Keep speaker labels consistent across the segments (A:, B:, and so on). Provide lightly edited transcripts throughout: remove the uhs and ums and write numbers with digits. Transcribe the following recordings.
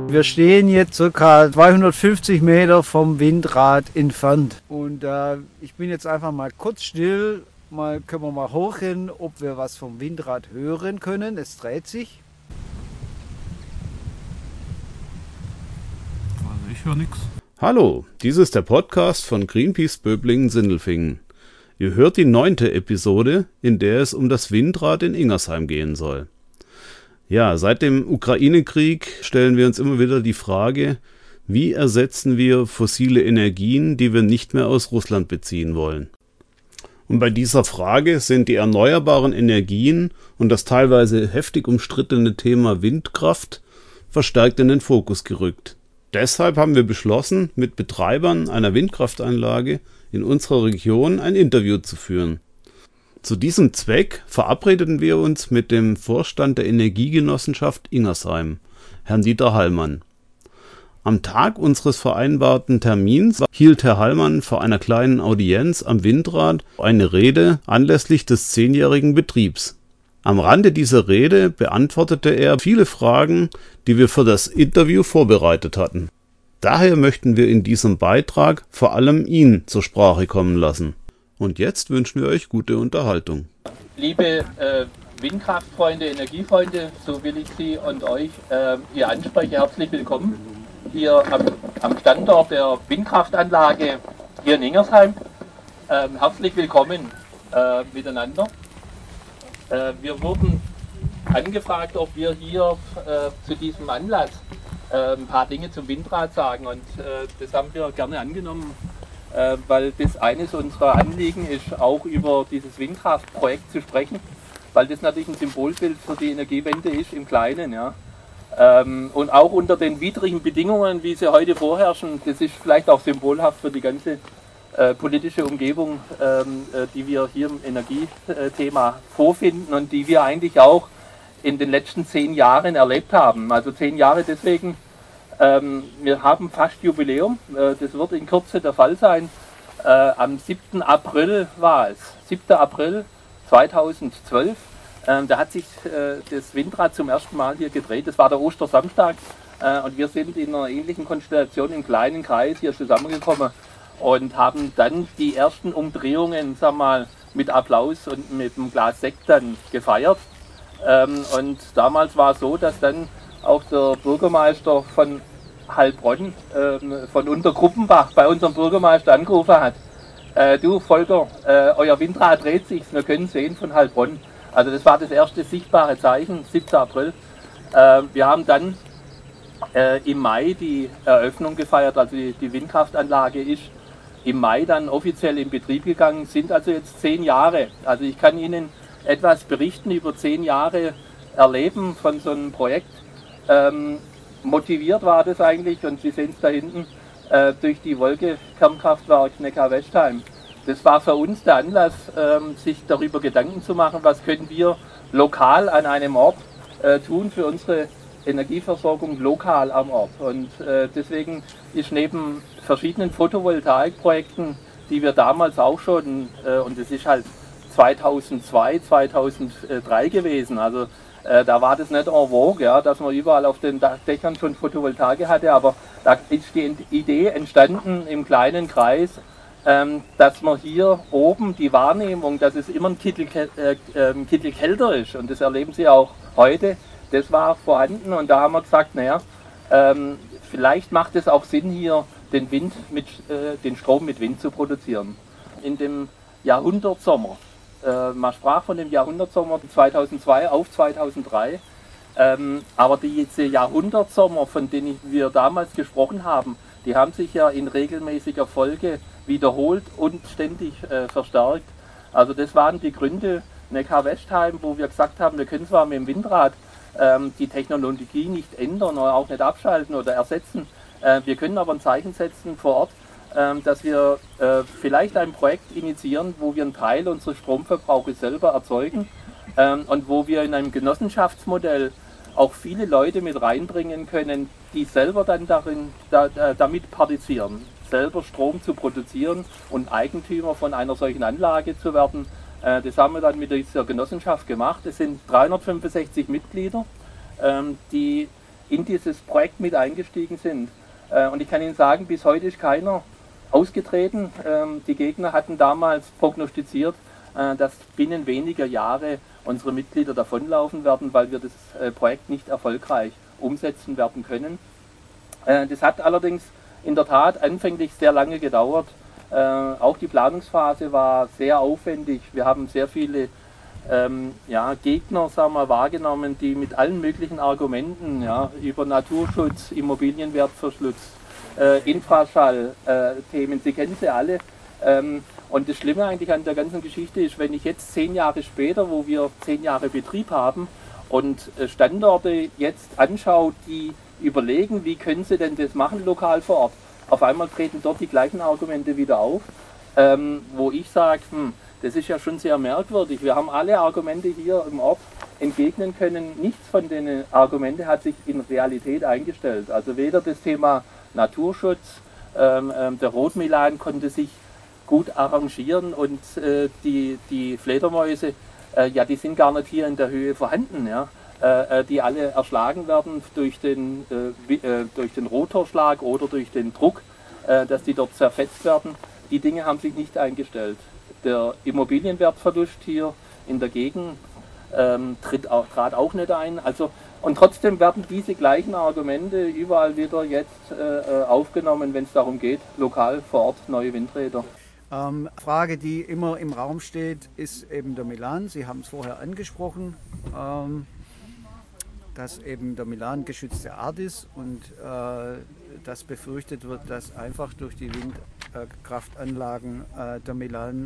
A: Wir stehen jetzt ca. 250 Meter vom Windrad entfernt. Und ich bin jetzt einfach mal kurz still. Können wir mal hochgehen, ob wir was vom Windrad hören können. Es dreht sich.
B: Also ich höre nichts.
C: Hallo, dies ist der Podcast von Greenpeace Böblingen-Sindelfingen. Ihr hört die 9. Episode, in der es um das Windrad in Ingersheim gehen soll. Ja, seit dem Ukraine-Krieg stellen wir uns immer wieder die Frage, wie ersetzen wir fossile Energien, die wir nicht mehr aus Russland beziehen wollen? Und bei dieser Frage sind die erneuerbaren Energien und das teilweise heftig umstrittene Thema Windkraft verstärkt in den Fokus gerückt. Deshalb haben wir beschlossen, mit Betreibern einer Windkraftanlage in unserer Region ein Interview zu führen. Zu diesem Zweck verabredeten wir uns mit dem Vorstand der Energiegenossenschaft Ingersheim, Herrn Dieter Hallmann. Am Tag unseres vereinbarten Termins hielt Herr Hallmann vor einer kleinen Audienz am Windrad eine Rede anlässlich des 10-jährigen Betriebs. Am Rande dieser Rede beantwortete er viele Fragen, die wir für das Interview vorbereitet hatten. Daher möchten wir in diesem Beitrag vor allem ihn zur Sprache kommen lassen. Und jetzt wünschen wir euch gute Unterhaltung.
D: Liebe Windkraftfreunde, Energiefreunde, so will ich Sie und euch hier ansprechen. Herzlich willkommen hier am Standort der Windkraftanlage hier in Ingersheim. Herzlich willkommen miteinander. Wir wurden angefragt, ob wir hier zu diesem Anlass ein paar Dinge zum Windrad sagen, und das haben wir gerne angenommen, weil das eines unserer Anliegen ist, auch über dieses Windkraftprojekt zu sprechen, weil das natürlich ein Symbolbild für die Energiewende ist im Kleinen. Ja. Und auch unter den widrigen Bedingungen, wie sie heute vorherrschen, das ist vielleicht auch symbolhaft für die ganze politische Umgebung, die wir hier im Energiethema vorfinden und die wir eigentlich auch in den letzten 10 Jahren erlebt haben. Also 10 Jahre deswegen, wir haben fast Jubiläum, das wird in Kürze der Fall sein. Am 7. April war es, 7. April 2012, da hat sich das Windrad zum ersten Mal hier gedreht. Das war der Ostersamstag und wir sind in einer ähnlichen Konstellation im kleinen Kreis hier zusammengekommen und haben dann die ersten Umdrehungen, sag mal, mit Applaus und mit einem Glas Sekt dann gefeiert. Und damals war es so, dass dann auch der Bürgermeister von Heilbronn, von Untergruppenbach, bei unserem Bürgermeister angerufen hat: Du Volker, euer Windrad dreht sich, wir können sehen von Heilbronn. Also das war das erste sichtbare Zeichen, 7. April. Wir haben dann im Mai die Eröffnung gefeiert, also die Windkraftanlage ist im Mai dann offiziell in Betrieb gegangen, sind also jetzt 10 Jahre. Also ich kann Ihnen etwas berichten über 10 Jahre Erleben von so einem Projekt. Motiviert war das eigentlich, und Sie sehen es da hinten, durch die Wolke-Kernkraftwerk Neckar-Westheim. Das war für uns der Anlass, sich darüber Gedanken zu machen, was können wir lokal an einem Ort tun für unsere Energieversorgung lokal am Ort. Und deswegen ist neben verschiedenen Photovoltaikprojekten, die wir damals auch schon, und das ist halt 2002, 2003 gewesen, also da war das nicht en vogue, ja, dass man überall auf den Dächern schon Photovoltaik hatte, aber da ist die Idee entstanden im kleinen Kreis, dass man hier oben die Wahrnehmung, dass es immer ein Kittel kälter ist, und das erleben Sie auch heute, das war vorhanden, und da haben wir gesagt, naja, vielleicht macht es auch Sinn, hier den Strom mit Wind zu produzieren. In dem Jahrhundertsommer, man sprach von dem Jahrhundertsommer 2002 auf 2003, aber diese Jahrhundertsommer, von denen wir damals gesprochen haben, die haben sich ja in regelmäßiger Folge wiederholt und ständig verstärkt. Also das waren die Gründe Neckar-Westheim, wo wir gesagt haben, wir können zwar mit dem Windrad die Technologie nicht ändern oder auch nicht abschalten oder ersetzen, wir können aber ein Zeichen setzen vor Ort, dass wir vielleicht ein Projekt initiieren, wo wir einen Teil unseres Stromverbrauches selber erzeugen und wo wir in einem Genossenschaftsmodell auch viele Leute mit reinbringen können, die selber dann damit partizipieren, selber Strom zu produzieren und Eigentümer von einer solchen Anlage zu werden. Das haben wir dann mit dieser Genossenschaft gemacht. Es sind 365 Mitglieder, die in dieses Projekt mit eingestiegen sind. Und ich kann Ihnen sagen, bis heute ist keiner ausgetreten. Die Gegner hatten damals prognostiziert, dass binnen weniger Jahre unsere Mitglieder davonlaufen werden, weil wir das Projekt nicht erfolgreich umsetzen werden können. Das hat allerdings in der Tat anfänglich sehr lange gedauert. Auch die Planungsphase war sehr aufwendig. Wir haben sehr viele Gegner, sagen wir, wahrgenommen, die mit allen möglichen Argumenten über Naturschutz, Immobilienwertverschluss, Infraschall-Themen, Sie kennen sie alle. Und das Schlimme eigentlich an der ganzen Geschichte ist, wenn ich jetzt 10 Jahre später, wo wir 10 Jahre Betrieb haben und Standorte jetzt anschaue, die überlegen, wie können sie denn das machen lokal vor Ort, auf einmal treten dort die gleichen Argumente wieder auf, wo ich sage, das ist ja schon sehr merkwürdig. Wir haben alle Argumente hier im Ort entgegnen können. Nichts von den Argumenten hat sich in Realität eingestellt. Also weder das Thema Naturschutz, der Rotmilan konnte sich gut arrangieren und die Fledermäuse, die sind gar nicht hier in der Höhe vorhanden, die alle erschlagen werden durch den Rotorschlag oder durch den Druck, dass die dort zerfetzt werden. Die Dinge haben sich nicht eingestellt. Der Immobilienwertverlust hier in der Gegend trat auch nicht ein. Also, und trotzdem werden diese gleichen Argumente überall wieder jetzt aufgenommen, wenn es darum geht, lokal vor Ort neue Windräder.
A: Frage, die immer im Raum steht, ist eben der Milan. Sie haben es vorher angesprochen, dass eben der Milan geschützte Art ist und dass befürchtet wird, dass einfach durch die Windkraftanlagen der Milan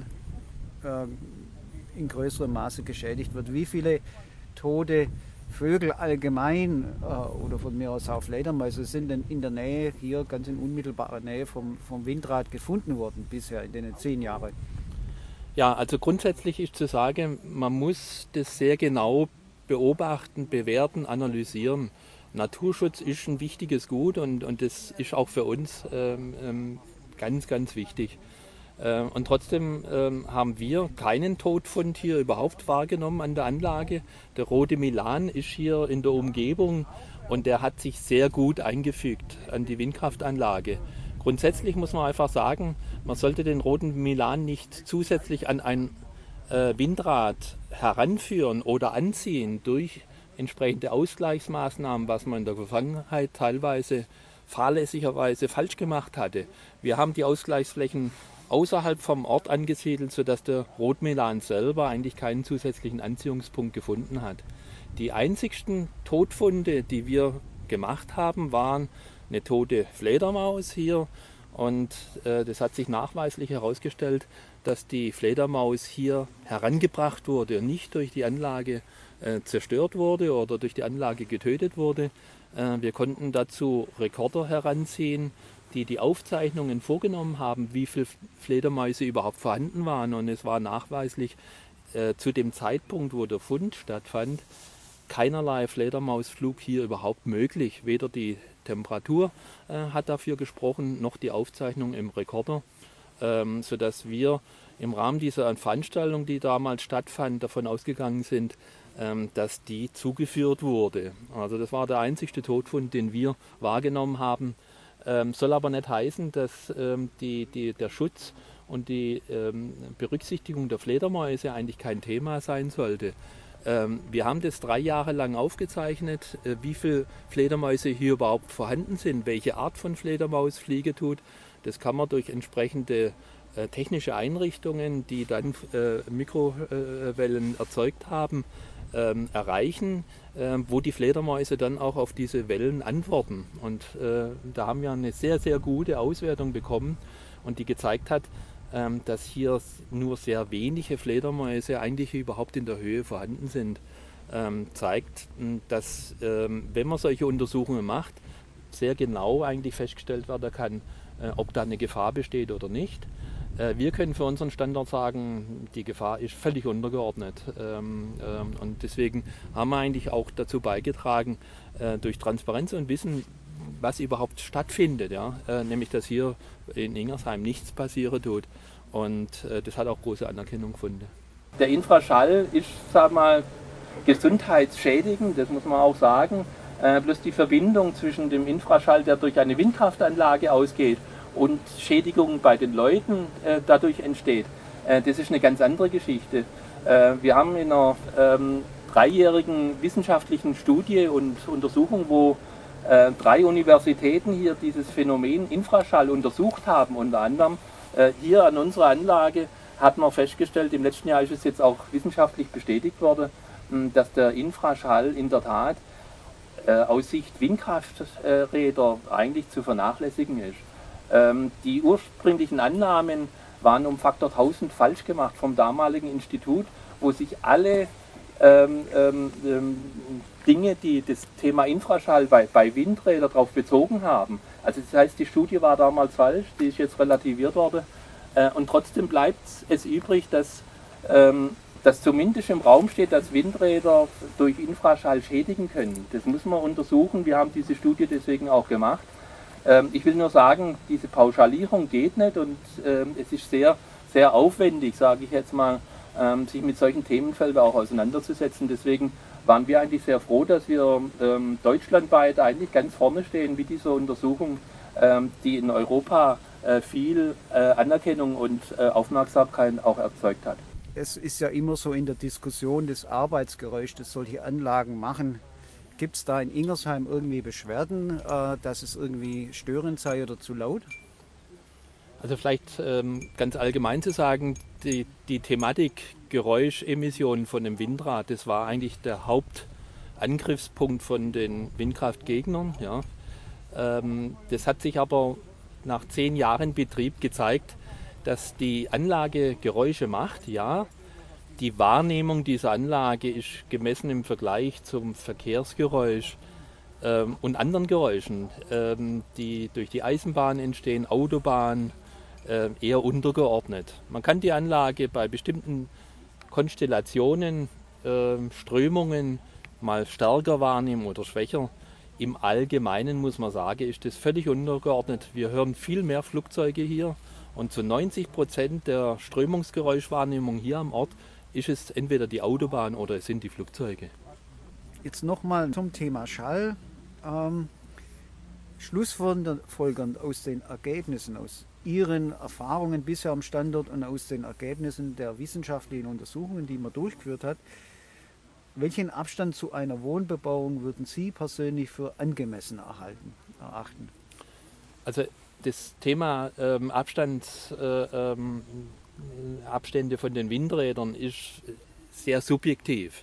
A: in größerem Maße geschädigt wird. Wie viele tote Vögel allgemein oder von mir aus auch Fledermäuse sind denn in der Nähe, hier ganz in unmittelbarer Nähe vom Windrad gefunden worden bisher in den 10 Jahren?
B: Ja, also grundsätzlich ist zu sagen, man muss das sehr genau beobachten, bewerten, analysieren. Naturschutz ist ein wichtiges Gut und das ist auch für uns ganz, ganz wichtig. Und trotzdem haben wir keinen Todfund hier überhaupt wahrgenommen an der Anlage. Der rote Milan ist hier in der Umgebung und der hat sich sehr gut eingefügt an die Windkraftanlage. Grundsätzlich muss man einfach sagen, man sollte den roten Milan nicht zusätzlich an ein Windrad heranführen oder anziehen durch entsprechende Ausgleichsmaßnahmen, was man in der Vergangenheit teilweise fahrlässigerweise falsch gemacht hatte. Wir haben die Ausgleichsflächen außerhalb vom Ort angesiedelt, sodass der Rotmilan selber eigentlich keinen zusätzlichen Anziehungspunkt gefunden hat. Die einzigsten Todfunde, die wir gemacht haben, waren eine tote Fledermaus hier und das hat sich nachweislich herausgestellt, dass die Fledermaus hier herangebracht wurde und nicht durch die Anlage zerstört wurde oder durch die Anlage getötet wurde. Wir konnten dazu Rekorder heranziehen, die Aufzeichnungen vorgenommen haben, wie viele Fledermäuse überhaupt vorhanden waren. Und es war nachweislich zu dem Zeitpunkt, wo der Fund stattfand, keinerlei Fledermausflug hier überhaupt möglich. Weder die Temperatur hat dafür gesprochen, noch die Aufzeichnung im Rekorder, sodass wir im Rahmen dieser Veranstaltung, die damals stattfand, davon ausgegangen sind, dass die zugeführt wurde. Also das war der einzigste Todfund, den wir wahrgenommen haben. Soll aber nicht heißen, dass der Schutz und die Berücksichtigung der Fledermäuse eigentlich kein Thema sein sollte. Wir haben das 3 Jahre lang aufgezeichnet, wie viele Fledermäuse hier überhaupt vorhanden sind, welche Art von Fledermaus Fliege tut. Das kann man durch entsprechende technische Einrichtungen, die dann Mikrowellen erzeugt haben, erreichen, wo die Fledermäuse dann auch auf diese Wellen antworten. Und da haben wir eine sehr, sehr gute Auswertung bekommen und die gezeigt hat, dass hier nur sehr wenige Fledermäuse eigentlich überhaupt in der Höhe vorhanden sind. Zeigt, dass wenn man solche Untersuchungen macht, sehr genau eigentlich festgestellt werden kann, ob da eine Gefahr besteht oder nicht. Wir können für unseren Standort sagen, die Gefahr ist völlig untergeordnet. Und deswegen haben wir eigentlich auch dazu beigetragen, durch Transparenz und Wissen, was überhaupt stattfindet. Ja? Nämlich, dass hier in Ingersheim nichts passieren tut. Und das hat auch große Anerkennung gefunden.
D: Der Infraschall ist, sag mal, gesundheitsschädigend, das muss man auch sagen. bloß die Verbindung zwischen dem Infraschall, der durch eine Windkraftanlage ausgeht, und Schädigungen bei den Leuten dadurch entsteht, das ist eine ganz andere Geschichte. Wir haben in einer 3-jährigen wissenschaftlichen Studie und Untersuchung, wo 3 Universitäten hier dieses Phänomen Infraschall untersucht haben, unter anderem hier an unserer Anlage, hat man festgestellt, im letzten Jahr ist es jetzt auch wissenschaftlich bestätigt worden, dass der Infraschall in der Tat aus Sicht Windkrafträder eigentlich zu vernachlässigen ist. Die ursprünglichen Annahmen waren um Faktor 1000 falsch gemacht vom damaligen Institut, wo sich alle Dinge, die das Thema Infraschall bei Windrädern darauf bezogen haben. Also das heißt, die Studie war damals falsch, die ist jetzt relativiert worden. Und trotzdem bleibt es übrig, dass zumindest im Raum steht, dass Windräder durch Infraschall schädigen können. Das muss man untersuchen. Wir haben diese Studie deswegen auch gemacht. Ich will nur sagen, diese Pauschalierung geht nicht und es ist sehr, sehr aufwendig, sage ich jetzt mal, sich mit solchen Themenfeldern auch auseinanderzusetzen. Deswegen waren wir eigentlich sehr froh, dass wir deutschlandweit eigentlich ganz vorne stehen mit dieser Untersuchung, die in Europa viel Anerkennung und Aufmerksamkeit auch erzeugt hat.
A: Es ist ja immer so in der Diskussion das Arbeitsgeräusch, das solche Anlagen machen. Gibt es da in Ingersheim irgendwie Beschwerden, dass es irgendwie störend sei oder zu laut?
B: Also vielleicht ganz allgemein zu sagen, die Thematik Geräuschemissionen von einem Windrad, das war eigentlich der Hauptangriffspunkt von den Windkraftgegnern. Ja. Das hat sich aber nach 10 Jahren Betrieb gezeigt, dass die Anlage Geräusche macht, ja. Die Wahrnehmung dieser Anlage ist gemessen im Vergleich zum Verkehrsgeräusch und anderen Geräuschen, die durch die Eisenbahn entstehen, Autobahn, eher untergeordnet. Man kann die Anlage bei bestimmten Konstellationen, Strömungen mal stärker wahrnehmen oder schwächer. Im Allgemeinen muss man sagen, ist das völlig untergeordnet. Wir hören viel mehr Flugzeuge hier und zu 90% der Strömungsgeräuschwahrnehmung hier am Ort ist es entweder die Autobahn oder es sind die Flugzeuge.
A: Jetzt nochmal zum Thema Schall. Schlussfolgernd aus den Ergebnissen, aus Ihren Erfahrungen bisher am Standort und aus den Ergebnissen der wissenschaftlichen Untersuchungen, die man durchgeführt hat, welchen Abstand zu einer Wohnbebauung würden Sie persönlich für angemessen erachten?
B: Also das Thema Abstände von den Windrädern ist sehr subjektiv.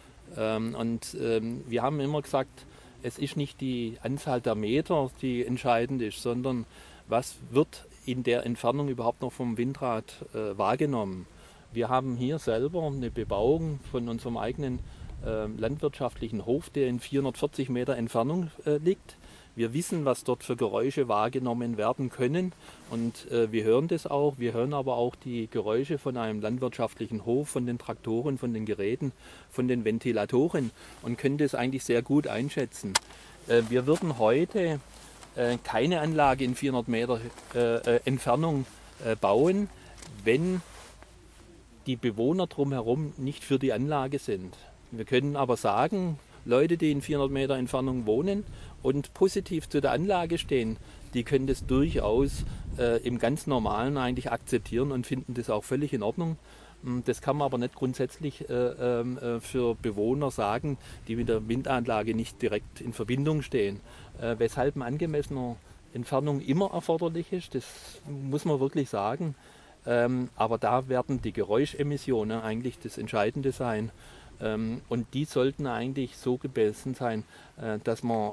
B: Wir haben immer gesagt, es ist nicht die Anzahl der Meter, die entscheidend ist, sondern was wird in der Entfernung überhaupt noch vom Windrad wahrgenommen. Wir haben hier selber eine Bebauung von unserem eigenen landwirtschaftlichen Hof, der in 440 Meter Entfernung liegt. Wir wissen, was dort für Geräusche wahrgenommen werden können und wir hören das auch. Wir hören aber auch die Geräusche von einem landwirtschaftlichen Hof, von den Traktoren, von den Geräten, von den Ventilatoren und können das eigentlich sehr gut einschätzen. Wir würden heute keine Anlage in 400 Meter Entfernung bauen, wenn die Bewohner drumherum nicht für die Anlage sind. Wir können aber sagen, Leute, die in 400 Meter Entfernung wohnen und positiv zu der Anlage stehen, die können das durchaus im ganz Normalen eigentlich akzeptieren und finden das auch völlig in Ordnung. Das kann man aber nicht grundsätzlich für Bewohner sagen, die mit der Windanlage nicht direkt in Verbindung stehen. Weshalb eine angemessene Entfernung immer erforderlich ist, das muss man wirklich sagen. Aber da werden die Geräuschemissionen eigentlich das Entscheidende sein. Und die sollten eigentlich so gemessen sein, dass man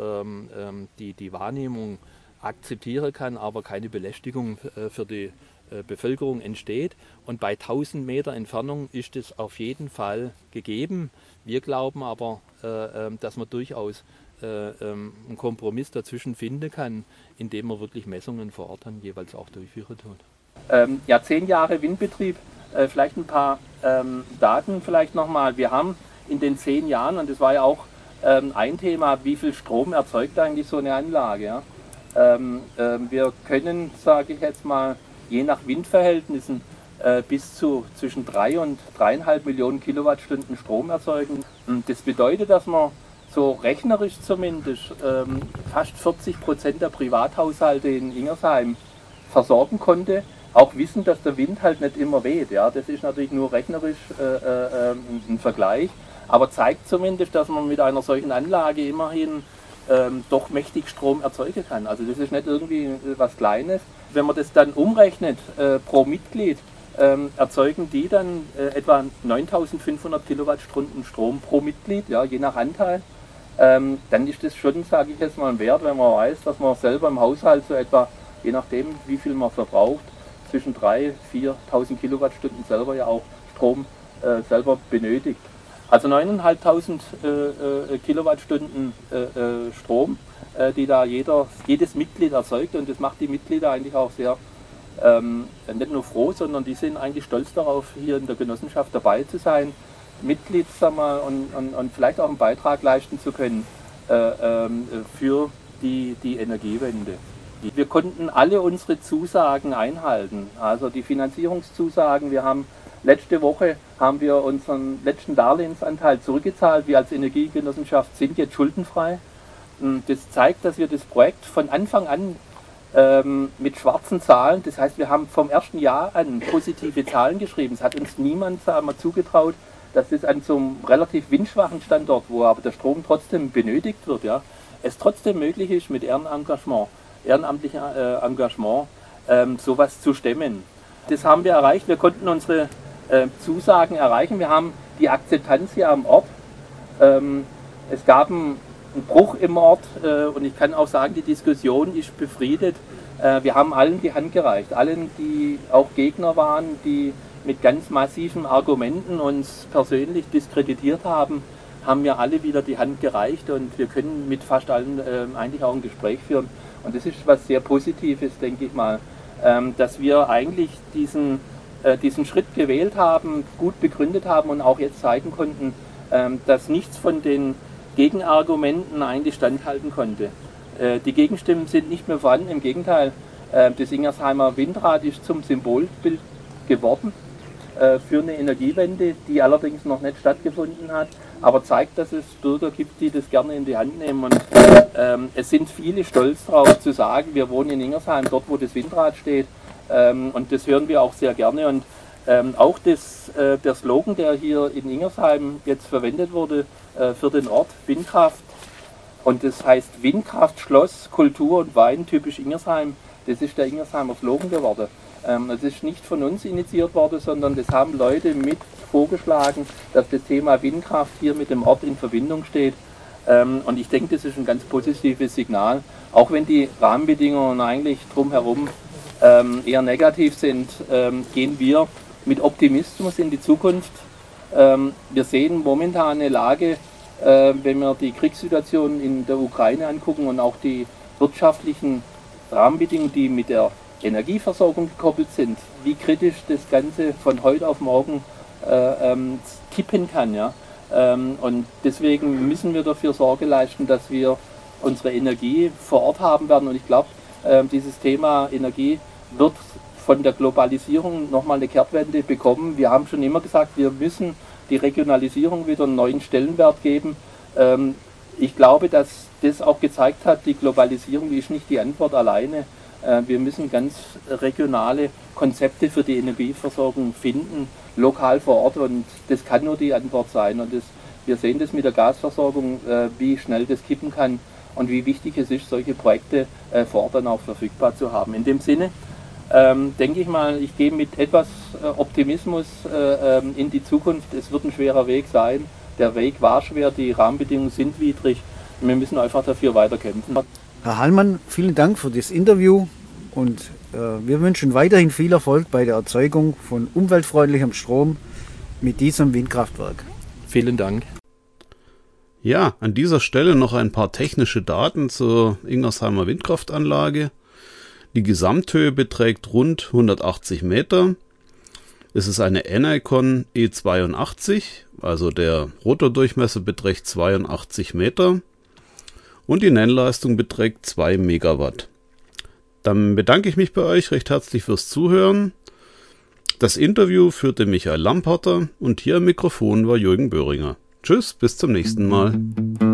B: die Wahrnehmung akzeptieren kann, aber keine Belästigung für die Bevölkerung entsteht. Und bei 1000 Meter Entfernung ist es auf jeden Fall gegeben. Wir glauben aber, dass man durchaus einen Kompromiss dazwischen finden kann, indem man wirklich Messungen vor Ort dann jeweils auch durchführen tut.
D: 10 Jahre Windbetrieb. Vielleicht ein paar Daten vielleicht nochmal. Wir haben in den 10 Jahren, und das war ja auch ein Thema, wie viel Strom erzeugt eigentlich so eine Anlage. Ja? Wir können, sage ich jetzt mal, je nach Windverhältnissen bis zu zwischen 3 und 3,5 Millionen Kilowattstunden Strom erzeugen. Das bedeutet, dass man so rechnerisch zumindest fast 40% der Privathaushalte in Ingersheim versorgen konnte, auch wissen, dass der Wind halt nicht immer weht. Ja? Das ist natürlich nur rechnerisch ein Vergleich, aber zeigt zumindest, dass man mit einer solchen Anlage immerhin doch mächtig Strom erzeugen kann. Also das ist nicht irgendwie was Kleines. Wenn man das dann umrechnet pro Mitglied, erzeugen die dann etwa 9.500 Kilowattstunden Strom pro Mitglied, ja, je nach Anteil. Dann ist das schon, sage ich jetzt mal, ein Wert, wenn man weiß, dass man selber im Haushalt so etwa, je nachdem wie viel man verbraucht, zwischen 3.000 und 4.000 Kilowattstunden selber ja auch Strom selber benötigt. Also 9.500 Kilowattstunden Strom, die da jedes Mitglied erzeugt, und das macht die Mitglieder eigentlich auch sehr nicht nur froh, sondern die sind eigentlich stolz darauf, hier in der Genossenschaft dabei zu sein, Mitglied und vielleicht auch einen Beitrag leisten zu können für die Energiewende. Wir konnten alle unsere Zusagen einhalten, also die Finanzierungszusagen. Letzte Woche haben wir unseren letzten Darlehensanteil zurückgezahlt. Wir als Energiegenossenschaft sind jetzt schuldenfrei. Das zeigt, dass wir das Projekt von Anfang an mit schwarzen Zahlen, das heißt, wir haben vom ersten Jahr an positive Zahlen geschrieben. Es hat uns niemand zugetraut, dass das an so einem relativ windschwachen Standort, wo aber der Strom trotzdem benötigt wird, ja, es trotzdem möglich ist, mit ehrenamtlichem Engagement sowas zu stemmen. Das haben wir erreicht. Wir konnten unsere Zusagen erreichen. Wir haben die Akzeptanz hier am Ort. Es gab einen Bruch im Ort und ich kann auch sagen, die Diskussion ist befriedet. Wir haben allen die Hand gereicht, allen, die auch Gegner waren, die mit ganz massiven Argumenten uns persönlich diskreditiert haben, haben mir alle wieder die Hand gereicht, und wir können mit fast allen eigentlich auch ein Gespräch führen. Und das ist was sehr Positives, denke ich mal, dass wir eigentlich diesen Schritt gewählt haben, gut begründet haben und auch jetzt zeigen konnten, dass nichts von den Gegenargumenten eigentlich standhalten konnte. Die Gegenstimmen sind nicht mehr vorhanden, im Gegenteil, das Ingersheimer Windrad ist zum Symbolbild geworden für eine Energiewende, die allerdings noch nicht stattgefunden hat, aber zeigt, dass es Bürger gibt, die das gerne in die Hand nehmen. Und es sind viele stolz darauf zu sagen, wir wohnen in Ingersheim, dort wo das Windrad steht, und das hören wir auch sehr gerne. Und auch der Slogan, der hier in Ingersheim jetzt verwendet wurde für den Ort, Windkraft, und das heißt Windkraft, Schloss, Kultur und Wein, typisch Ingersheim, das ist der Ingersheimer Slogan geworden. Das ist nicht von uns initiiert worden, sondern das haben Leute mit vorgeschlagen, dass das Thema Windkraft hier mit dem Ort in Verbindung steht. Und ich denke, das ist ein ganz positives Signal, auch wenn die Rahmenbedingungen eigentlich drumherum eher negativ sind, gehen wir mit Optimismus in die Zukunft. Wir sehen momentan eine Lage, wenn wir die Kriegssituation in der Ukraine angucken und auch die wirtschaftlichen Rahmenbedingungen, die mit der Energieversorgung gekoppelt sind, wie kritisch das Ganze von heute auf morgen kippen kann. Ja? Und deswegen müssen wir dafür Sorge leisten, dass wir unsere Energie vor Ort haben werden. Und ich glaube, dieses Thema Energie wird von der Globalisierung nochmal eine Kehrtwende bekommen. Wir haben schon immer gesagt, wir müssen die Regionalisierung wieder einen neuen Stellenwert geben. Ich glaube, dass das auch gezeigt hat, die Globalisierung ist nicht die Antwort alleine. Wir müssen ganz regionale Konzepte für die Energieversorgung finden, lokal vor Ort, und das kann nur die Antwort sein. Und wir sehen das mit der Gasversorgung, wie schnell das kippen kann und wie wichtig es ist, solche Projekte vor Ort dann auch verfügbar zu haben. In dem Sinne denke ich mal, ich gehe mit etwas Optimismus in die Zukunft. Es wird ein schwerer Weg sein. Der Weg war schwer, die Rahmenbedingungen sind widrig. Wir müssen einfach dafür weiter kämpfen.
A: Herr Hallmann, vielen Dank für das Interview, und wir wünschen weiterhin viel Erfolg bei der Erzeugung von umweltfreundlichem Strom mit diesem Windkraftwerk.
B: Vielen Dank.
C: Ja, an dieser Stelle noch ein paar technische Daten zur Ingersheimer Windkraftanlage. Die Gesamthöhe beträgt rund 180 Meter. Es ist eine Enercon E82, also der Rotordurchmesser beträgt 82 Meter und die Nennleistung beträgt 2 Megawatt. Dann bedanke ich mich bei euch recht herzlich fürs Zuhören. Das Interview führte Michael Lamparter und hier am Mikrofon war Jürgen Böhringer. Tschüss, bis zum nächsten Mal.